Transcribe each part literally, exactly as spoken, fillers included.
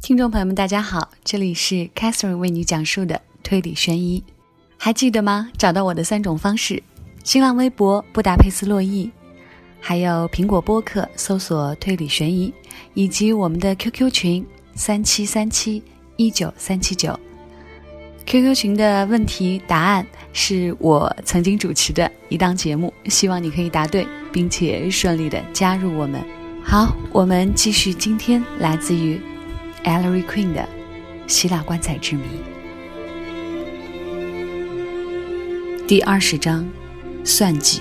听众朋友们大家好，这里是 Catherine 为你讲述的推理悬疑。还记得吗？找到我的三种方式：新浪微博布达佩斯洛伊，还有苹果播客搜索推理悬疑，以及我们的 Q Q 群三七三七一九三七九。Q Q 群的问题答案是我曾经主持的一档节目，希望你可以答对，并且顺利的加入我们。好，我们继续今天来自于 Ellery Queen 的希腊棺材之谜第二十章算计。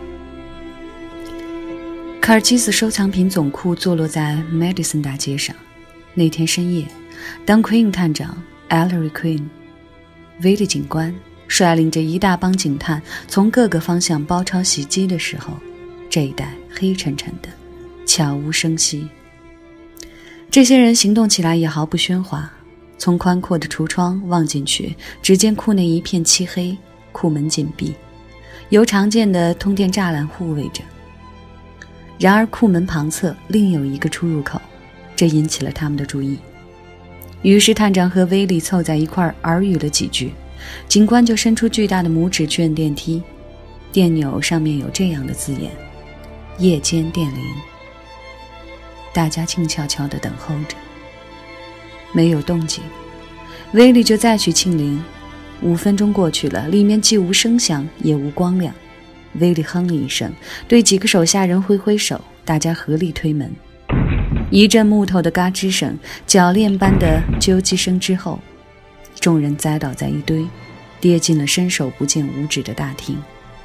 卡尔基斯收藏品总库坐落在 Madison 大街上。那天深夜，当 Queen 探长 Ellery Queen、Willie 警官率领着一大帮警探从各个方向包抄袭击的时候，这一带黑沉沉的，悄无声息。这些人行动起来也毫不喧哗，从宽阔的橱窗望进去，只见库内一片漆黑，库门紧闭，由常见的通电栅栏护卫着。然而库门旁侧另有一个出入口，这引起了他们的注意。于是探长和威利凑在一块耳语了几句，警官就伸出巨大的拇指去摁电梯，电钮上面有这样的字眼：夜间电铃。大家静悄悄地等候着，没有动静。威利就再去庆铃，五分钟过去了，里面既无声响也无光亮。威利哼了一声，对几个手下人挥挥手，大家合力推门。一阵木头的嘎吱声，铰链般的揪击声之后，众人栽倒在一堆，跌进了伸手不见五指的大厅。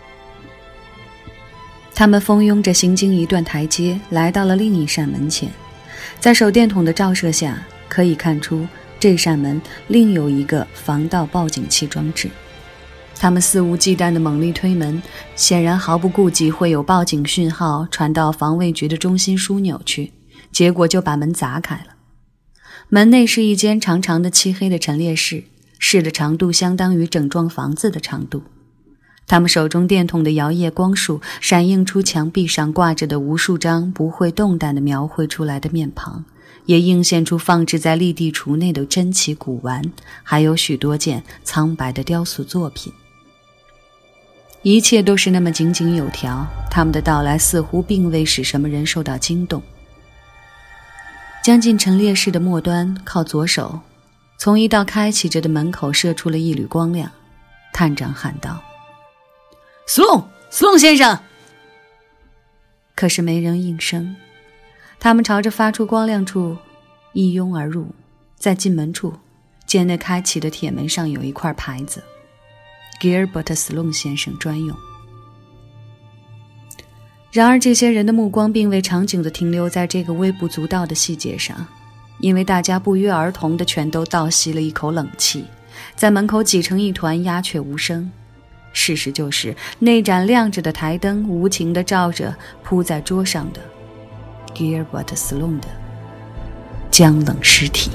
他们蜂拥着行经一段台阶，来到了另一扇门前。在手电筒的照射下，可以看出这扇门另有一个防盗报警器装置。他们肆无忌惮地猛力推门，显然毫不顾及会有报警讯号传到防卫局的中心枢纽去，结果就把门砸开了。门内是一间长长的漆黑的陈列室，室的长度相当于整幢房子的长度。他们手中电筒的摇曳光束闪映出墙壁上挂着的无数张不会动弹地描绘出来的面庞，也映现出放置在立地橱内的珍奇古玩，还有许多件苍白的雕塑作品。一切都是那么井井有条，他们的到来似乎并未使什么人受到惊动。将近陈列室的末端，靠左手，从一道开启着的门口射出了一缕光亮。探长喊道：斯隆，斯隆先生！可是没人应声。他们朝着发出光亮处一拥而入，在进门处，见那开启的铁门上有一块牌子：Gilbert Sloane 先生专用。然而这些人的目光并未长久地停留在这个微不足道的细节上，因为大家不约而同地全都倒吸了一口冷气，在门口挤成一团，鸦雀无声。事实就是，那盏亮着的台灯无情地照着铺在桌上的 Gilbert Sloane 的僵冷尸体。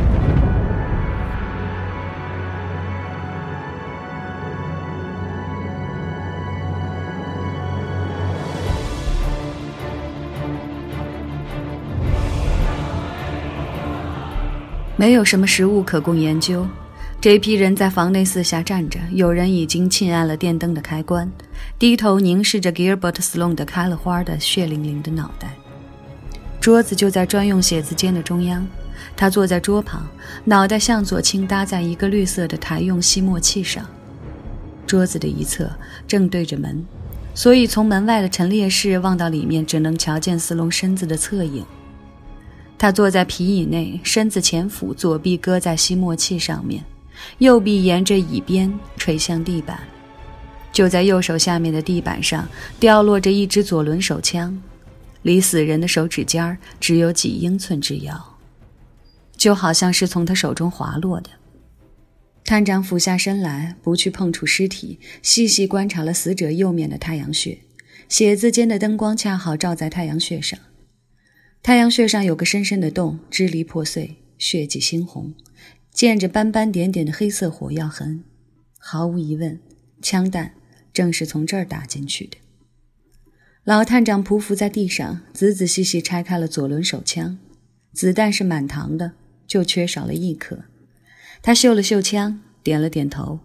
没有什么实物可供研究，这批人在房内四下站着，有人已经沁按了电灯的开关，低头凝视着 Gilbert Sloane 的开了花的血淋淋的脑袋。桌子就在专用写字间的中央，他坐在桌旁，脑袋向左倾搭在一个绿色的台用吸墨器上。桌子的一侧正对着门，所以从门外的陈列室望到里面，只能瞧见斯隆身子的侧影。他坐在皮椅内，身子前俯，左臂搁在吸墨器上面，右臂沿着椅边垂向地板。就在右手下面的地板上掉落着一支左轮手枪，离死人的手指尖只有几英寸之遥，就好像是从他手中滑落的。探长俯下身来，不去碰触尸体，细细观察了死者右面的太阳穴。写字间的灯光恰好照在太阳穴上，太阳穴上有个深深的洞，支离破碎，血迹猩红，见着斑斑点点的黑色火药痕。毫无疑问，枪弹正是从这儿打进去的。老探长匍匐在地上，仔仔细细拆开了左轮手枪，子弹是满膛的， 就缺少了一颗。他嗅了嗅枪，点了点头。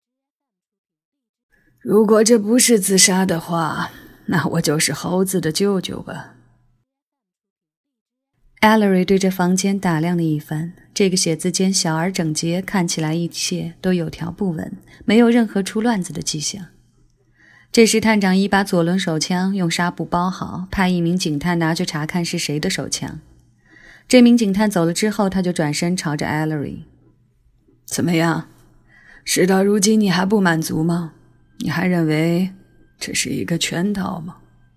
如果这不是自杀的话，那我就是猴子的舅舅吧。 Ellery 对这房间打量了一番，这个写字间小而整洁，看起来一切都有条不紊，没有任何出乱子的迹象。这时探长一把左轮手枪用纱布包好，派一名警探拿去查看是谁的手枪。这名警探走了之后，他就转身朝着 Ellery。 怎么样，事到如今你还不满足吗？你还认为这是一个圈套吗？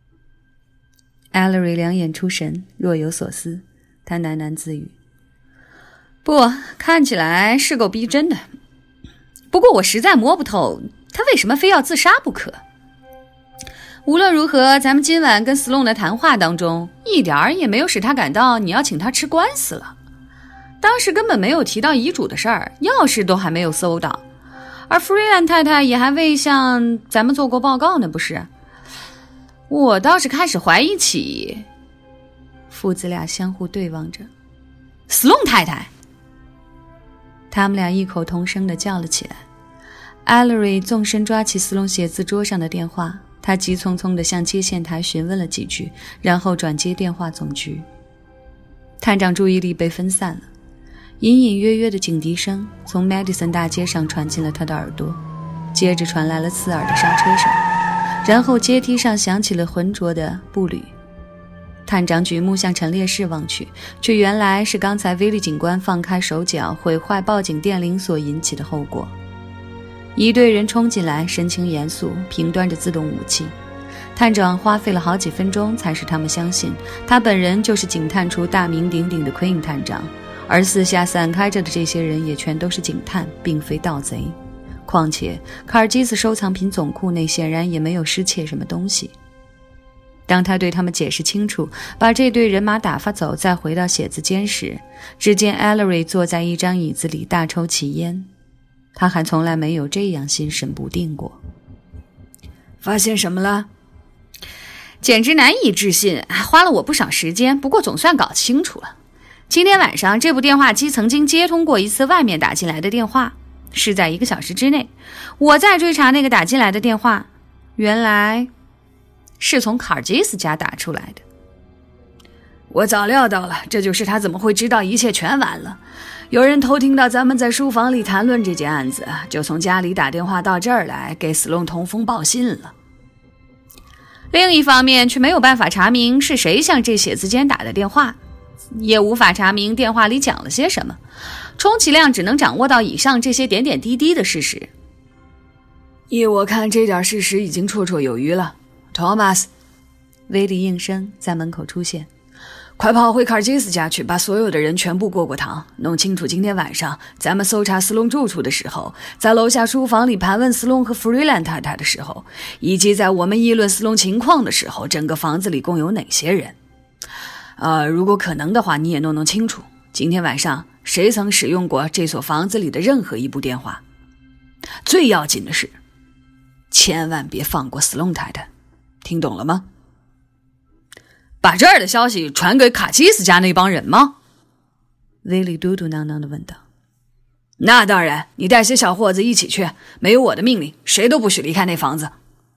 Ellery 两眼出神，若有所思，他喃喃自语：不，看起来是够逼真的，不过我实在摸不透他为什么非要自杀不可。无论如何，咱们今晚跟 Sloan 的谈话当中一点儿也没有使他感到你要请他吃官司了，当时根本没有提到遗嘱的事儿，钥匙都还没有搜到，而弗瑞兰太太也还未向咱们做过报告呢，不是？我倒是开始怀疑起。父子俩相互对望着。斯隆太太，他们俩异口同声地叫了起来。Ellery 纵身抓起斯隆写字桌上的电话，他急匆匆地向接线台询问了几句，然后转接电话总局。探长注意力被分散了，隐隐约约的警笛声从 Madison 大街上传进了他的耳朵，接着传来了刺耳的刹车声，然后阶梯上响起了浑浊的步履。探长举目向陈列室望去，却原来是刚才威利警官放开手脚毁坏报警电铃所引起的后果。一队人冲进来，神情严肃，平端着自动武器。探长花费了好几分钟才使他们相信他本人就是警探处大名鼎鼎的 Quinn 探长，而四下散开着的这些人也全都是警探，并非盗贼。况且卡尔基斯收藏品总库内显然也没有失窃什么东西。当他对他们解释清楚，把这队人马打发走，再回到写字间时，只见 Ellery 坐在一张椅子里大抽起烟。他还从来没有这样心神不定过。 发现什么了？ 简直难以置信，花了我不少时间，不过总算搞清楚了。今天晚上这部电话机曾经接通过一次外面打进来的电话，是在一个小时之内。我在追查那个打进来的电话，原来是从卡尔基斯家打出来的。 我早料到了，这就是他怎么会知道一切全完了。有人偷听到咱们在书房里谈论这件案子，就从家里打电话到这儿来，给斯隆通风报信了。 另一方面却没有办法查明是谁向这写字间打的电话，也无法查明电话里讲了些什么，充其量只能掌握到以上这些点点滴滴的事实。 依我看，这点事实已经绰绰有余了。Thomas， 威利应声在门口出现。 快跑回卡尔基斯家去，把所有的人全部过过堂，弄清楚今天晚上咱们搜查斯隆住处的时候，在楼下书房里盘问斯隆和弗瑞兰太太的时候，以及在我们议论斯隆情况的时候，整个房子里共有哪些人。呃，如果可能的话，你也弄弄清楚今天晚上谁曾使用过这所房子里的任何一部电话。最要紧的是，千万别放过斯隆太太，听懂了吗？ 把这儿的消息传给卡基斯家那帮人吗？ 威利嘟嘟囔囔地问道。 那当然，你带些小伙子一起去，没有我的命令，谁都不许离开那房子。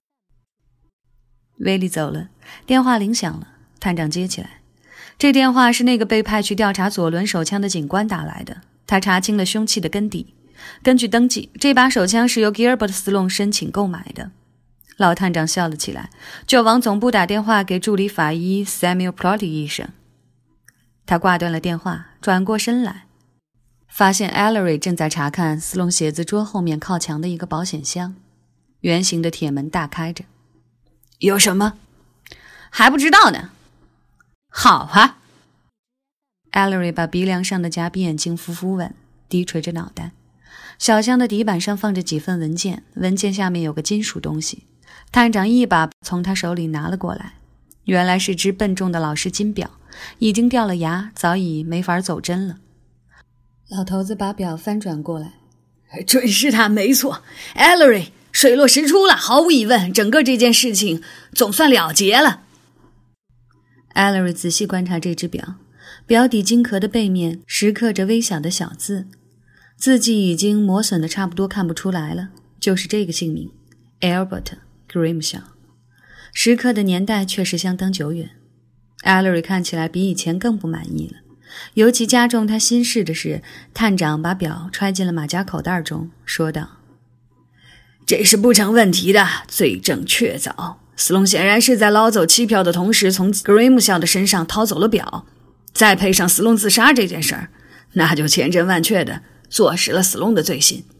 威利走了，电话铃响了，探长接起来。这电话是那个被派去调查左轮手枪的警官打来的，他查清了凶器的根底。根据登记，这把手枪是由 Gilbert Sloan 申请购买的。老探长笑了起来，就往总部打电话给助理法医 Samuel Plotty 医生。他挂断了电话，转过身来，发现 Ellery 正在查看斯隆写字桌后面靠墙的一个保险箱，圆形的铁门大开着。 有什么？ 还不知道呢。好啊。 Ellery 把鼻梁上的夹鼻眼镜扶扶稳，低垂着脑袋。小箱的底板上放着几份文件，文件下面有个金属东西。探长一把从他手里拿了过来，原来是只笨重的老式金表，已经掉了牙，早已没法走针了。老头子把表翻转过来， 准是他，没错。Ellery， 水落石出了，毫无疑问，整个这件事情总算了结了。 Ellery 仔细观察这只表， 表底金壳的背面时刻着微小的小字，字迹已经磨损的差不多看不出来了，就是这个姓名 Albert Grimshaw， 石刻的年代确实相当久远。Ellery 看起来比以前更不满意了，尤其加重他心事的是，探长把表揣进了马甲口袋中，说道： 这是不成问题的，罪证确凿。斯隆显然是在捞走期票的同时，从 Grimshaw 的身上掏走了表，再配上斯隆自杀这件事儿，那就千真万确的坐实了斯隆的罪行。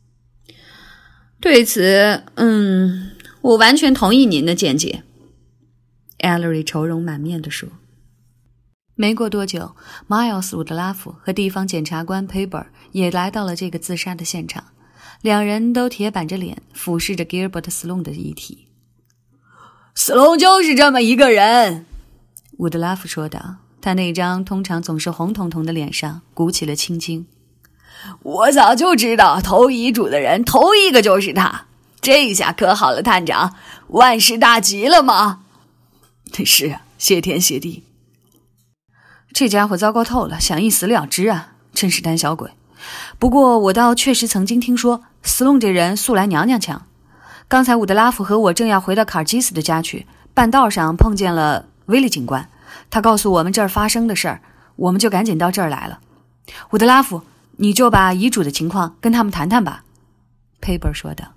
对此，嗯，我完全同意您的见解。 Ellery 愁容满面地说。没过多久 Miles 伍德拉夫和地方检察官 Paber 也来到了这个自杀的现场，两人都铁板着脸俯视着 Gilbert Sloan 的遗体。 斯隆就是这么一个人， 伍德拉夫说道，他那张通常总是红彤彤的脸上鼓起了青筋。 我早就知道投遗嘱的人头一个就是他，这下可好了，探长，万事大吉了吗？是啊，谢天谢地。 这家伙糟糕透了，想一死了之啊，真是胆小鬼。不过我倒确实曾经听说斯隆这人素来娘娘腔。刚才伍德拉夫和我正要回到卡尔基斯的家去，半道上碰见了威利警官，他告诉我们这儿发生的事儿，我们就赶紧到这儿来了。伍德拉夫，你就把遗嘱的情况跟他们谈谈吧。 Paber 说道。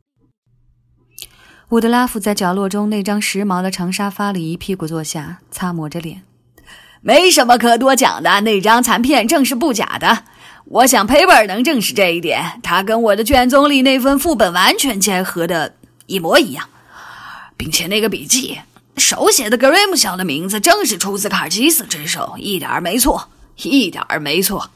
伍德拉夫在角落中那张时髦的长沙发里一屁股坐下，擦抹着脸。 没什么可多讲的，那张残片正是不假的。我想佩伯尔能证实这一点，他跟我的卷宗里那份副本完全结合的一模一样，并且那个笔记手写的 Grimshaw 的名字正是出自卡尔基斯之手，一点没错，一点没错。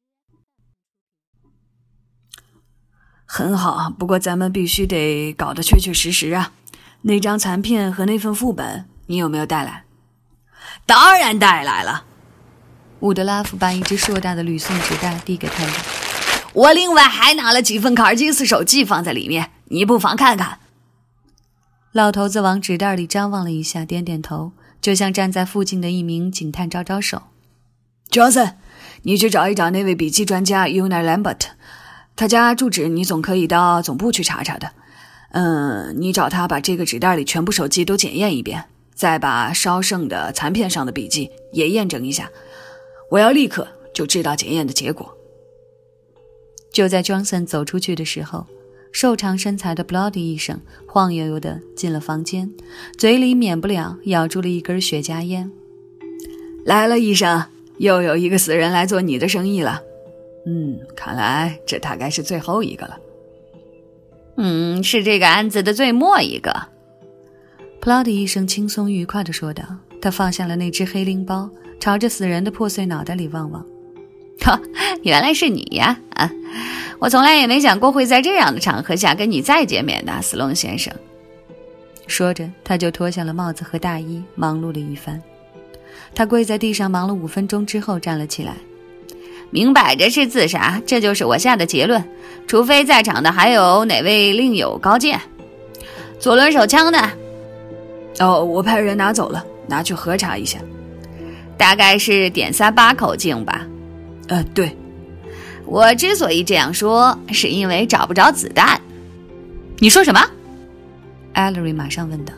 很好，不过咱们必须得搞得确确实实啊。那张残片和那份副本你有没有带来？当然带来了。 伍德拉夫把一只硕大的铝送纸袋递给探长。 我另外还拿了几份卡尔基斯手记放在里面，你不妨看看。 老头子往纸袋里张望了一下，点点头，就向站在附近的一名警探招招手。 Johnson， 你去找一找那位笔记专家 Una Lambert， 他家住址你总可以到总部去查查的。嗯，你找他把这个纸袋里全部手记都检验一遍，再把稍剩的残片上的笔记也验证一下。我要立刻就知道检验的结果。 就在 Johnson 走出去的时候，瘦长身材的 Bloody 医生晃悠悠地进了房间，嘴里免不了咬住了一根雪茄烟。 来了，医生，又有一个死人来做你的生意了。嗯，看来这大概是最后一个了。 嗯，是这个案子的最末一个。 Bloody 医生轻松愉快地说道，他放下了那只黑拎包，朝着死人的破碎脑袋里望望。 哈，原来是你呀！啊，我从来也没想过会在这样的场合下跟你再见面的，斯隆先生。 说着，他就脱下了帽子和大衣，忙碌了一番。他跪在地上忙了五分钟之后站了起来。 明摆着是自杀，这就是我下的结论，除非在场的还有哪位另有高见。左轮手枪呢？ 哦，我派人拿走了，拿去核查一下。 大概是点三八口径吧。 呃，对。 我之所以这样说，是因为找不着子弹。你说什么？ Ellery 马上问道。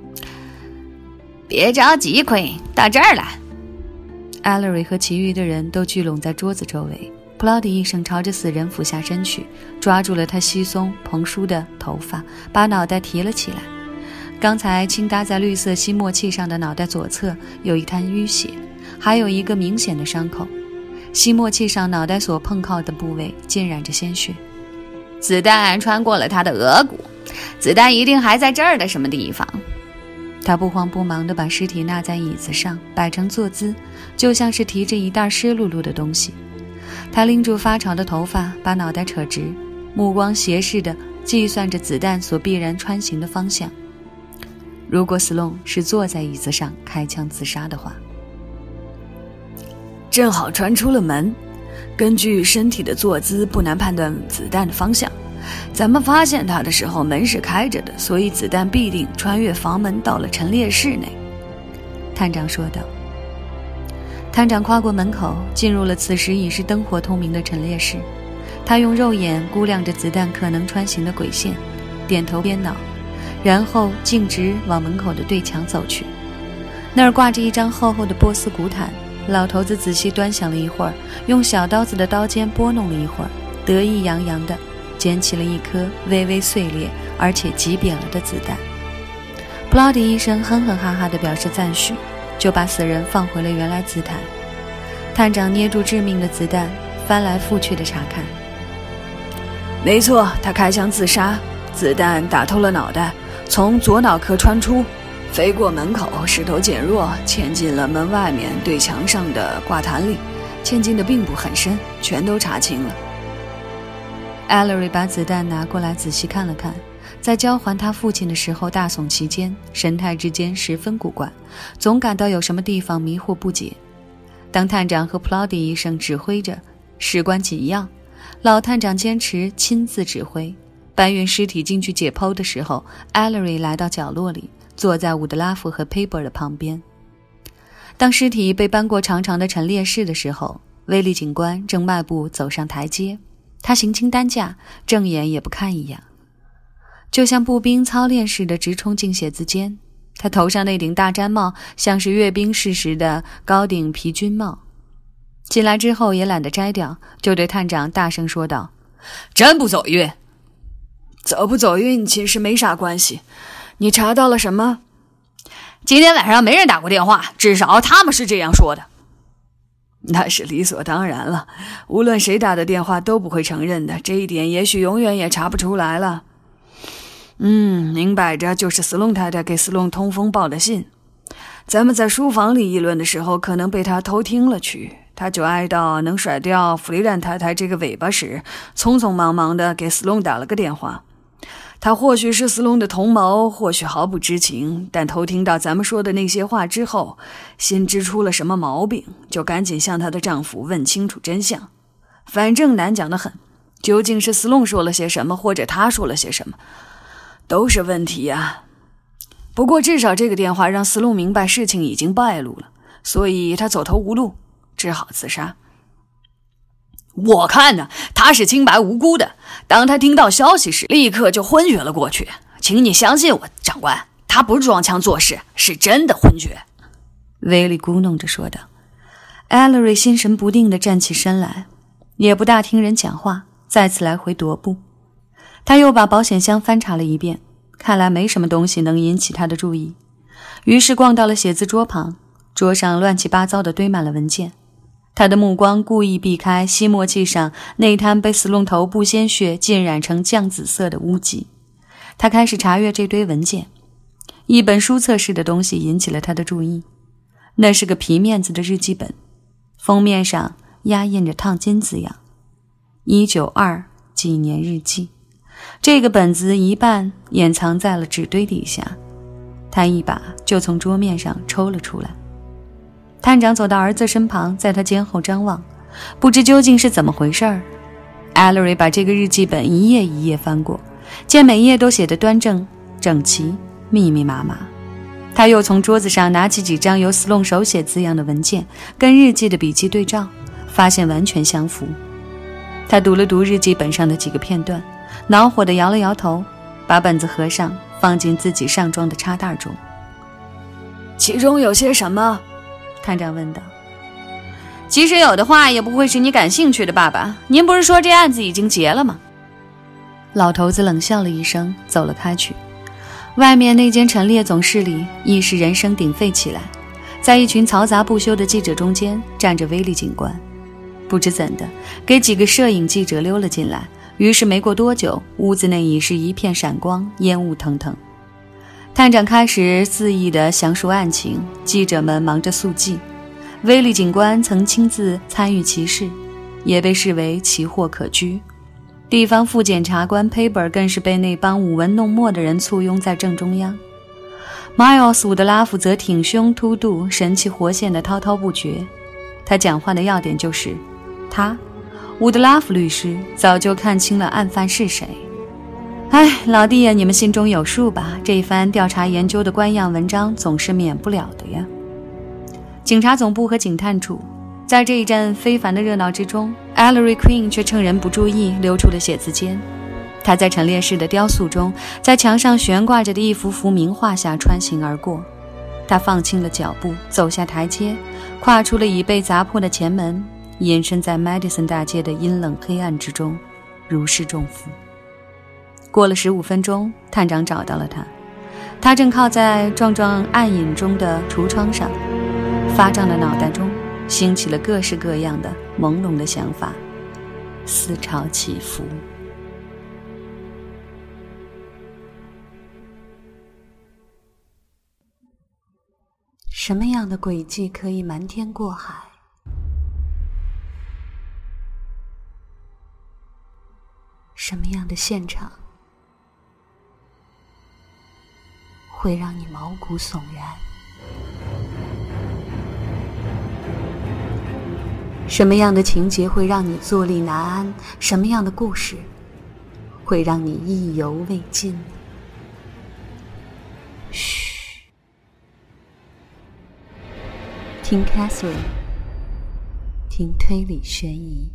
别着急 Queen， 到这儿来。 Ellery 和其余的人都聚拢在桌子周围。Bloody 医生朝着死人俯下身去，抓住了他稀松蓬疏的头发，把脑袋提了起来。刚才倾搭在绿色吸墨器上的脑袋左侧有一滩淤血，还有一个明显的伤口。吸墨器上脑袋所碰靠的部位浸染着鲜血。 子弹穿过了他的额骨，子弹一定还在这儿的什么地方。 他不慌不忙地把尸体纳在椅子上，摆成坐姿，就像是提着一袋湿漉漉的东西。他拎住发潮的头发，把脑袋扯直，目光斜视地计算着子弹所必然穿行的方向。如果 Sloan 是坐在椅子上开枪自杀的话， 正好传出了门，根据身体的坐姿不难判断子弹的方向。咱们发现他的时候门是开着的，所以子弹必定穿越房门到了陈列室内。 探长说道。 探长跨过门口，进入了此时已是灯火通明的陈列室。他用肉眼估量着子弹可能穿行的轨线，点头边脑，然后径直往门口的对墙走去。那儿挂着一张厚厚的波斯古毯，老头子仔细端详了一会儿，用小刀子的刀尖拨弄了一会儿，得意洋洋地捡起了一颗微微碎裂而且极扁了的子弹。布劳迪医生哼哼哈哈地表示赞许，就把死人放回了原来姿态。探长捏住致命的子弹，翻来覆去地查看。 没错，他开枪自杀，子弹打透了脑袋，从左脑壳穿出，飞过门口，势头减弱，嵌进了门外面对墙上的挂毯里，嵌进的并不很深，全都查清了。 艾勒瑞把子弹拿过来仔细看了看，在交还他父亲的时候大耸其肩，神态之间十分古怪，总感到有什么地方迷惑不解。当探长和普劳迪医生指挥着事关紧要，老探长坚持亲自指挥，搬运尸体进去解剖的时候，艾勒瑞来到角落里，坐在伍德拉夫和 Paper 的旁边。当尸体被搬过长长的陈列室的时候，威利警官正迈步走上台阶，他行轻担架，正眼也不看一眼，就像步兵操练似的直冲进写字间。他头上那顶大毡帽像是阅兵式时的高顶皮军帽，进来之后也懒得摘掉，就对探长大声说道： 真不走运。走不走运其实没啥关系。你查到了什么？ 今天晚上没人打过电话，至少他们是这样说的。 那是理所当然了，无论谁打的电话都不会承认的，这一点也许永远也查不出来了。嗯，明摆着就是斯隆太太给斯隆通风报的信。咱们在书房里议论的时候，可能被他偷听了去。他就哀悼能甩掉弗里兰太太这个尾巴时，匆匆忙忙地给斯隆打了个电话。他或许是斯隆的同谋，或许毫不知情，但偷听到咱们说的那些话之后，心知出了什么毛病，就赶紧向她的丈夫问清楚真相。反正难讲得很，究竟是斯隆说了些什么，或者他说了些什么，都是问题啊。不过至少这个电话让斯隆明白事情已经败露了，所以他走投无路，只好自杀。我看呢，他是清白无辜的。当他听到消息时，立刻就昏厥了过去。请你相信我，长官，他不是装腔作势，是真的昏厥。 威利咕哝着说道。艾勒瑞心神不定地站起身来，也不大听人讲话，再次来回踱步。他又把保险箱翻查了一遍，看来没什么东西能引起他的注意，于是逛到了写字桌旁，桌上乱七八糟地堆满了文件。他的目光故意避开吸墨器上那滩被斯隆头部鲜血浸染成酱紫色的污迹。他开始查阅这堆文件，一本书册式的东西引起了他的注意，那是个皮面子的日记本，封面上压印着烫金字样，一九二几年日记。这个本子一半掩藏在了纸堆底下，他一把就从桌面上抽了出来。探长走到儿子身旁，在他肩后张望，不知究竟是怎么回事儿。艾勒瑞把这个日记本一页一页翻过，见每页都写得端正整齐，密密麻麻。他又从桌子上拿起几张由斯隆手写字样的文件，跟日记的笔记对照，发现完全相符。他读了读日记本上的几个片段，恼火地摇了摇头，把本子合上，放进自己上装的插袋中。 其中有些什么？ 探长问道。 即使有的话，也不会是你感兴趣的，爸爸。您不是说这案子已经结了吗？ 老头子冷笑了一声，走了开去。外面那间陈列总室里亦是人声鼎沸起来，在一群嘈杂不休的记者中间站着威利警官，不知怎的给几个摄影记者溜了进来，于是没过多久，屋子内已是一片闪光，烟雾腾腾。探长开始肆意地详述案情，记者们忙着速记。威利警官曾亲自参与其事，也被视为奇货可居。地方副检察官 Paper 更是被那帮舞文弄墨的人簇拥在正中央。Miles 伍德拉夫则挺胸凸肚，神气活现地滔滔不绝。他讲话的要点就是，他伍德拉夫律师早就看清了案犯是谁。哎，老弟呀，你们心中有数吧，这一番调查研究的官样文章总是免不了的呀。警察总部和警探处在这一阵非凡的热闹之中， Ellery Queen 却趁人不注意溜出了写字间。她在陈列室的雕塑中，在墙上悬挂着的一幅幅名画下穿行而过。她放轻了脚步，走下台阶，跨出了已被砸破的前门，隐身在 Madison 大街的阴冷黑暗之中，如释重负。过了十五分钟，探长找到了他，他正靠在幢幢暗影中的橱窗上，发胀的脑袋中兴起了各式各样的朦胧的想法，思潮起伏。什么样的诡计可以瞒天过海？什么样的现场会让你毛骨悚然？什么样的情节会让你坐立难安？什么样的故事会让你意犹未尽？嘘，听 Catherine， 听推理悬疑。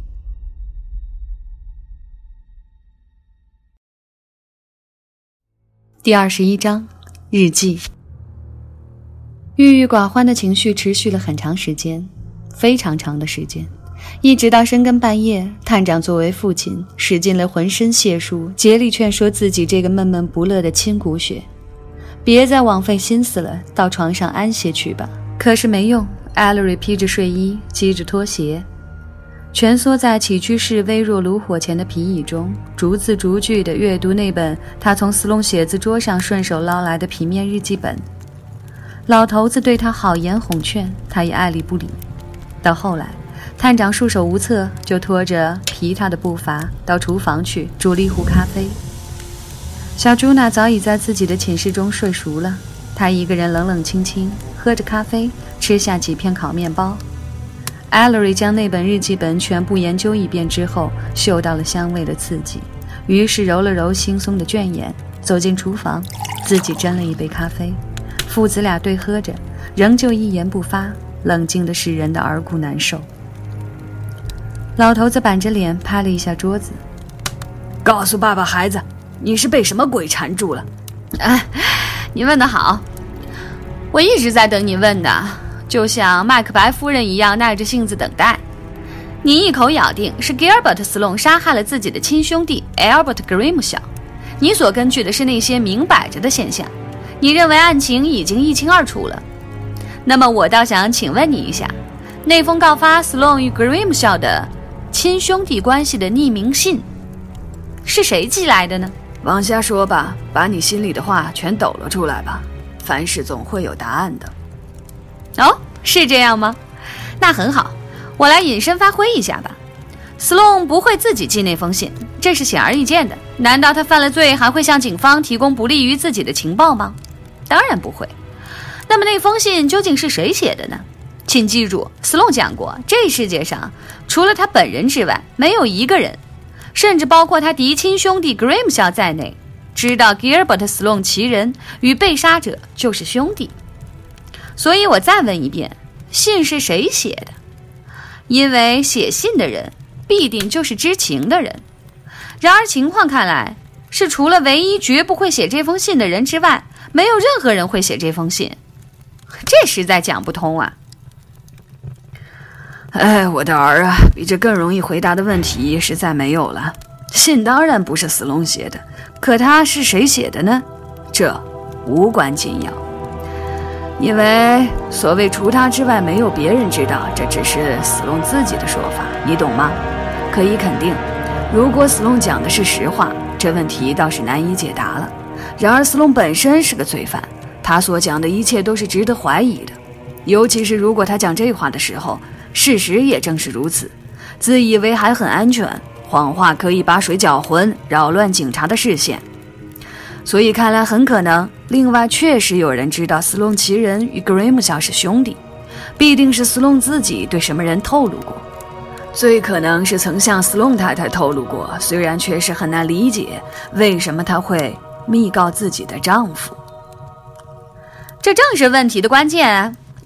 第二十一章，日记。郁郁寡欢的情绪持续了很长时间，非常长的时间，一直到深更半夜，探长作为父亲使尽了浑身解数，竭力劝说自己这个闷闷不乐的亲骨血，别再枉费心思了，到床上安歇去吧。可是没用， Ellery 披着睡衣，系着拖鞋，蜷缩在起居室微弱炉火前的皮椅中，逐字逐句地阅读那本他从斯隆写字桌上顺手捞来的平面日记本。老头子对他好言哄劝，他也爱理不理。到后来，探长束手无策，就拖着疲沓的步伐到厨房去煮了一壶咖啡。小朱娜早已在自己的寝室中睡熟了，她一个人冷冷清清喝着咖啡，吃下几片烤面包。Ellery 将那本日记本全部研究一遍之后，嗅到了香味的刺激，于是揉了揉惺忪的倦眼，走进厨房，自己斟了一杯咖啡。父子俩对喝着，仍旧一言不发，冷静的使人的耳骨难受。老头子板着脸拍了一下桌子， 告诉爸爸，孩子，你是被什么鬼缠住了？ 哎，你问得好，我一直在等你问的，就像麦克白夫人一样耐着性子等待。你一口咬定是 Gilbert Sloane 杀害了自己的亲兄弟 Albert Grimshaw， 你所根据的是那些明摆着的现象，你认为案情已经一清二楚了。那么我倒想请问你一下，那封告发 Sloane 与 Grimshaw 的亲兄弟关系的匿名信是谁寄来的呢？ 往下说吧，把你心里的话全抖了出来吧，凡事总会有答案的。 哦，是这样吗？那很好，我来引申发挥一下吧。Sloane 不会自己寄那封信，这是显而易见的。难道他犯了罪还会向警方提供不利于自己的情报吗？当然不会。那么那封信究竟是谁写的呢？请记住， Sloane 讲过，这世界上除了他本人之外，没有一个人，甚至包括他嫡亲兄弟 Grimshaw 在内，知道 Gilbert Sloane 其人与被杀者就是兄弟。所以我再问一遍，信是谁写的？因为写信的人必定就是知情的人。然而情况看来，是除了唯一绝不会写这封信的人之外，没有任何人会写这封信。这实在讲不通啊。 哎，我的儿啊，比这更容易回答的问题实在没有了。信当然不是斯隆写的，可他是谁写的呢？这无关紧要。因为所谓除他之外没有别人知道，这只是斯隆自己的说法，你懂吗？可以肯定，如果斯隆讲的是实话，这问题倒是难以解答了。然而斯隆本身是个罪犯，他所讲的一切都是值得怀疑的，尤其是如果他讲这话的时候，事实也正是如此，自以为还很安全，谎话可以把水搅浑，扰乱警察的视线。所以看来很可能，另外确实有人知道斯隆其人与 Grimshaw 是兄弟，必定是斯隆自己对什么人透露过，最可能是曾向斯隆太太透露过，虽然确实很难理解为什么她会密告自己的丈夫。 这正是问题的关键啊！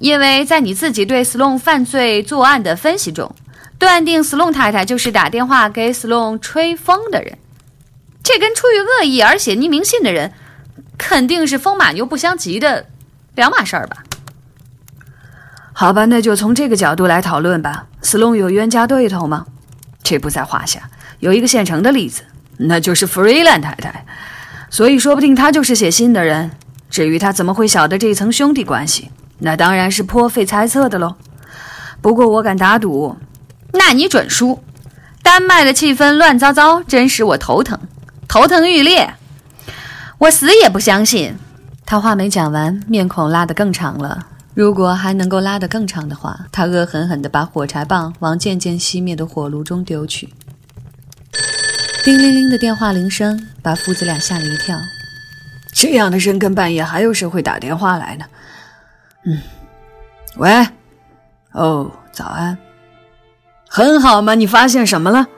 因为在你自己对 Sloan 犯罪作案的分析中，断定 Sloan 太太就是打电话给 Sloan 吹风的人。这跟出于恶意而写匿名信的人，肯定是风马牛不相及的两码事儿吧。 好吧，那就从这个角度来讨论吧。Sloan 有冤家对头吗？这不在话下。有一个现成的例子，那就是 Freeland 太太。所以说不定他就是写信的人。至于他怎么会晓得这一层兄弟关系，那当然是颇费猜测的喽。不过我敢打赌， 那你准输。丹麦的气氛乱糟糟，真使我头疼，头疼欲裂。我死也不相信。 他话没讲完，面孔拉得更长了。如果还能够拉得更长的话，他恶狠狠地把火柴棒往渐渐熄灭的火炉中丢去。叮铃铃的电话铃声把父子俩吓了一跳。 这样的深更半夜还有谁会打电话来呢？嗯，喂，哦，早安。很好嘛，你发现什么了？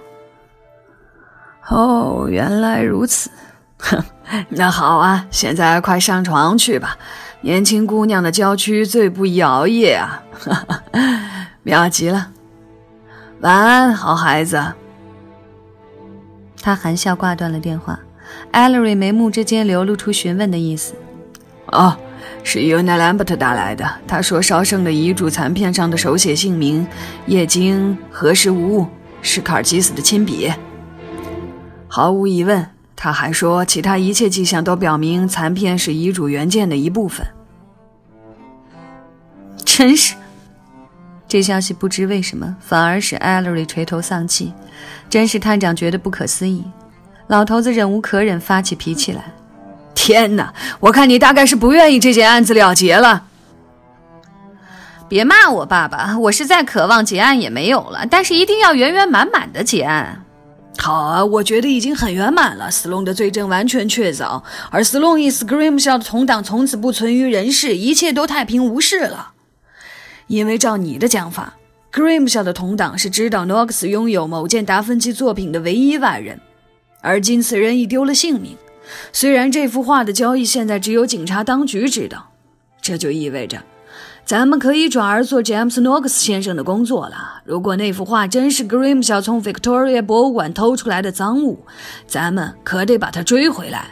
哦，原来如此。哼，那好啊，现在快上床去吧。年轻姑娘的娇躯最不宜熬夜啊。妙极了。晚安，好孩子。 他含笑挂断了电话。Ellery 眉目之间流露出询问的意思。 哦，是 Una Lambert 打来的。他说烧剩的遗嘱残片上的手写姓名液晶核实无误，是卡尔基斯的亲笔。毫无疑问。他还说其他一切迹象都表明残片是遗嘱原件的一部分。 真是，这消息不知为什么反而使 Ellery 垂头丧气，真是探长觉得不可思议。老头子忍无可忍，发起脾气来。 天哪，我看你大概是不愿意这件案子了结了。 别骂我爸爸，我是再渴望结案也没有了，但是一定要圆圆满满的结案。 好啊，我觉得已经很圆满了。斯隆的罪证完全确凿，而斯隆与 Scrimshaw 的同党从此不存于人世，一切都太平无事了。因为照你的讲法， Scrimshaw 的同党是知道 Knox 拥有某件达芬奇作品的唯一外人，而今此人已丢了性命。虽然这幅画的交易现在只有警察当局知道，这就意味着咱们可以转而做 James Knox 先生的工作了。如果那幅画真是 Grimshaw 从 Victoria 博物馆偷出来的赃物，咱们可得把它追回来。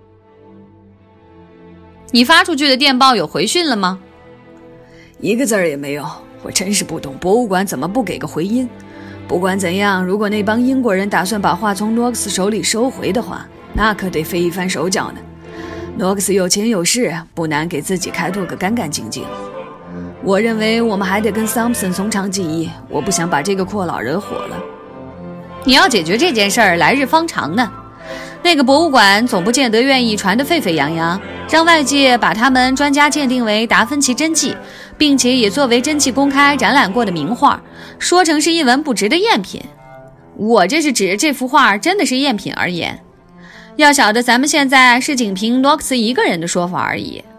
你发出去的电报有回讯了吗？ 一个字儿也没有。我真是不懂博物馆怎么不给个回音。不管怎样，如果那帮英国人打算把画从 Knox 手里收回的话，那可得费一番手脚呢。Knox 有钱有势，不难给自己开拓个干干净净。我认为我们还得跟 Thompson 从长计议，我不想把这个阔佬惹火了。 你要解决这件事儿，来日方长呢。那个博物馆总不见得愿意传得沸沸扬扬，让外界把他们专家鉴定为达芬奇真迹，并且也作为真迹公开展览过的名画，说成是一文不值的赝品。我这是指这幅画真的是赝品而言。要晓得咱们现在是仅凭 Knox 一个人的说法而已。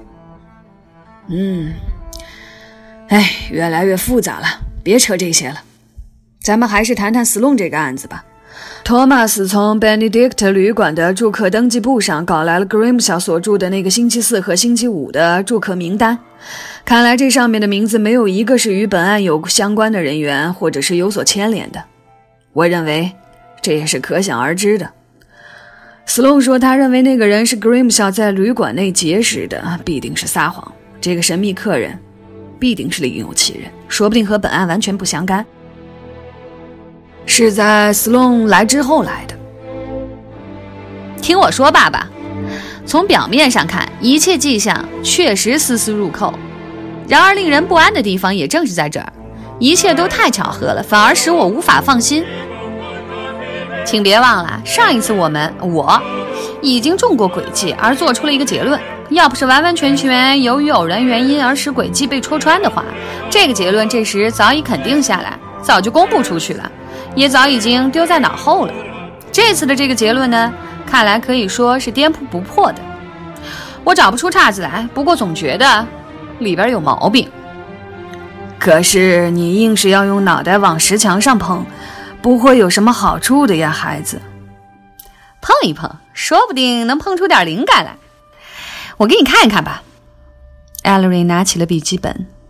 嗯，哎，越来越复杂了，别扯这些了。咱们还是谈谈 Sloan 这个案子吧。托马斯从 Benedict 旅馆的住客登记簿上搞来了 Grimshaw 所住的那个星期四和星期五的住客名单，看来这上面的名字没有一个是与本案有相关的人员或者是有所牵连的。我认为这也是可想而知的。Sloan 说他认为那个人是 Grimshaw 在旅馆内结识的，必定是撒谎。这个神秘客人必定是另有其人，说不定和本案完全不相干，是在 Sloan 来之后来的。 听我说，爸爸，从表面上看，一切迹象确实丝丝入扣，然而令人不安的地方也正是在这儿，一切都太巧合了，反而使我无法放心。请别忘了，上一次我们我已经中过诡计，而做出了一个结论。要不是完完全全由于偶然原因而使诡计被戳穿的话，这个结论这时早已肯定下来，早就公布出去了，也早已经丢在脑后了。这次的这个结论呢，看来可以说是颠扑不破的。我找不出岔子来，不过总觉得里边有毛病。 可是你硬是要用脑袋往石墙上碰，不会有什么好处的呀，孩子。 碰一碰，说不定能碰出点灵感来。我给你看一看吧。 Ellery 拿起了笔记本，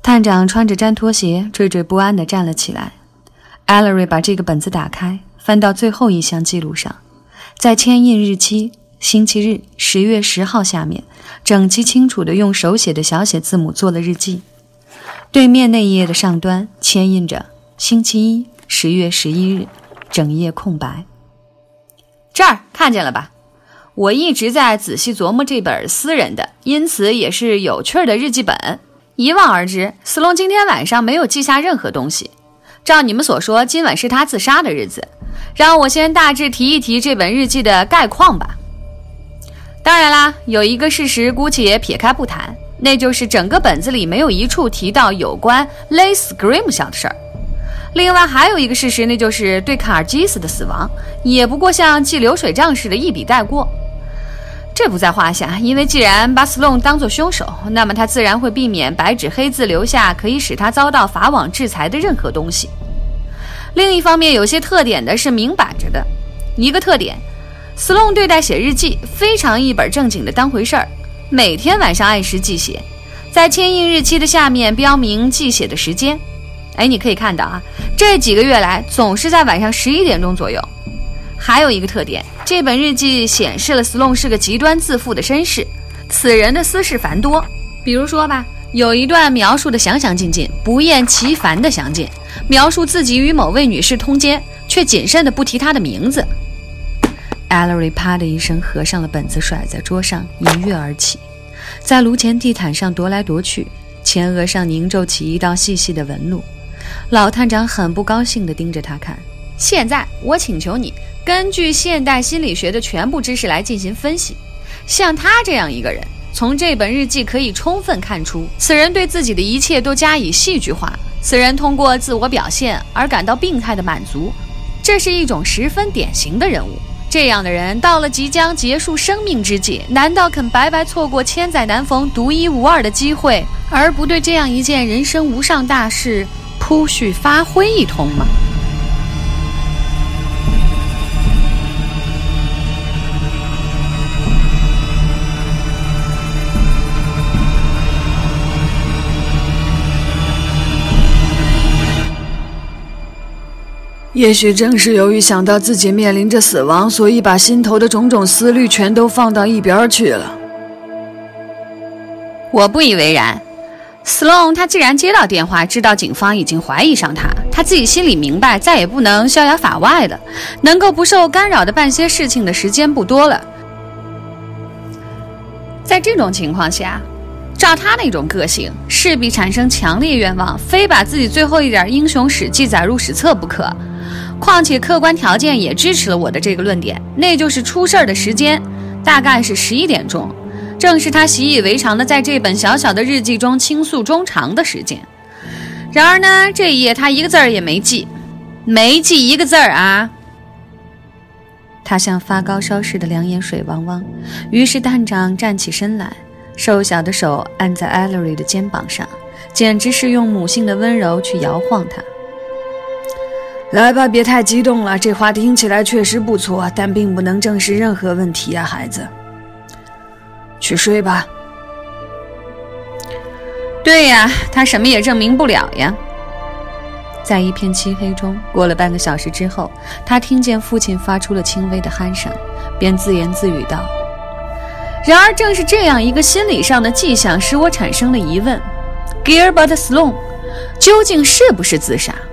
探长穿着毡拖鞋，惴惴不安地站了起来。艾勒瑞把这个本子打开，翻到最后一项记录上，在签印日期星期日十月十号下面，整齐清楚地用手写的小写字母做了日记。对面那一页的上端签印着星期一十月十一日，整页空白。 这儿看见了吧？我一直在仔细琢磨这本私人的，因此也是有趣的日记本。一望而知，斯隆今天晚上没有记下任何东西。照你们所说，今晚是他自杀的日子。让我先大致提一提这本日记的概况吧。当然啦，有一个事实姑且撇开不谈，那就是整个本子里没有一处提到有关勒死 Grimshaw 的事儿。另外还有一个事实，那就是对卡尔基斯的死亡也不过像记流水账似的一笔带过。这不在话下，因为既然把斯隆当作凶手，那么他自然会避免白纸黑字留下可以使他遭到法网制裁的任何东西。另一方面，有些特点的是明摆着的。一个特点，斯隆对待写日记非常一本正经的当回事儿，每天晚上按时记写，在签印日期的下面标明记写的时间。哎，你可以看到啊，这几个月来总是在晚上十一点钟左右。还有一个特点，这本日记显示了斯隆是个极端自负的绅士，此人的私事繁多。比如说吧，有一段描述的详详尽尽，不厌其烦的详尽，描述自己与某位女士通奸，却谨慎的不提她的名字。 艾勒瑞啪的一声合上了本子，甩在桌上，一跃而起，在炉前地毯上踱来踱去，前额上凝皱起一道细细的纹路。老探长很不高兴地盯着他看。 现在我请求你根据现代心理学的全部知识来进行分析。像他这样一个人，从这本日记可以充分看出，此人对自己的一切都加以戏剧化，此人通过自我表现而感到病态的满足，这是一种十分典型的人物。这样的人到了即将结束生命之际，难道肯白白错过千载难逢独一无二的机会，而不对这样一件人生无上大事铺叙发挥一通吗？ 也许正是由于想到自己面临着死亡，所以把心头的种种思虑全都放到一边去了。 我不以为然。斯隆他既然接到电话，知道警方已经怀疑上他，他自己心里明白再也不能逍遥法外了，能够不受干扰的办些事情的时间不多了。在这种情况下，照他那种个性，势必产生强烈愿望，非把自己最后一点英雄史记载入史册不可。况且客观条件也支持了我的这个论点，那就是出事的时间大概是十一点钟，正是他习以为常的在这本小小的日记中倾诉衷肠的时间。然而呢，这一页他一个字儿也没记，没记一个字儿啊！ 他像发高烧似的两眼水汪汪。于是探长站起身来，瘦小的手按在艾勒瑞的肩膀上，简直是用母性的温柔去摇晃他。 来吧，别太激动了，这话听起来确实不错，但并不能证实任何问题啊，孩子。去睡吧。 对呀，他什么也证明不了呀。 在一片漆黑中，过了半个小时之后，他听见父亲发出了轻微的鼾声，便自言自语道： 然而正是这样一个心理上的迹象，使我产生了疑问， Gilbert Sloane 究竟是不是自杀？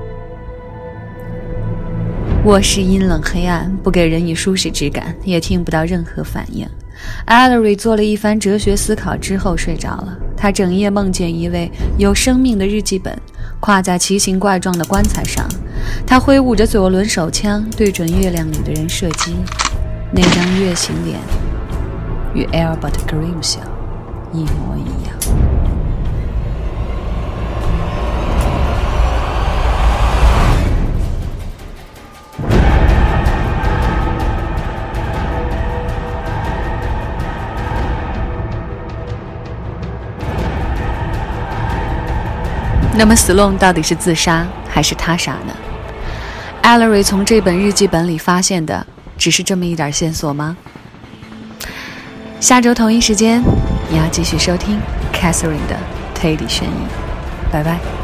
卧室阴冷黑暗，不给人以舒适之感，也听不到任何反应。艾勒瑞做了一番哲学思考之后睡着了。他整夜梦见一位有生命的日记本跨在奇形怪状的棺材上，他挥舞着左轮手枪对准月亮里的人射击。那张月形脸与 Albert Grimshaw 一模一样。那么斯隆到底是自杀还是他杀呢？艾勒瑞从这本日记本里发现的只是这么一点线索吗？下周同一时间你要继续收听 Catherine 的推理悬疑。 拜拜。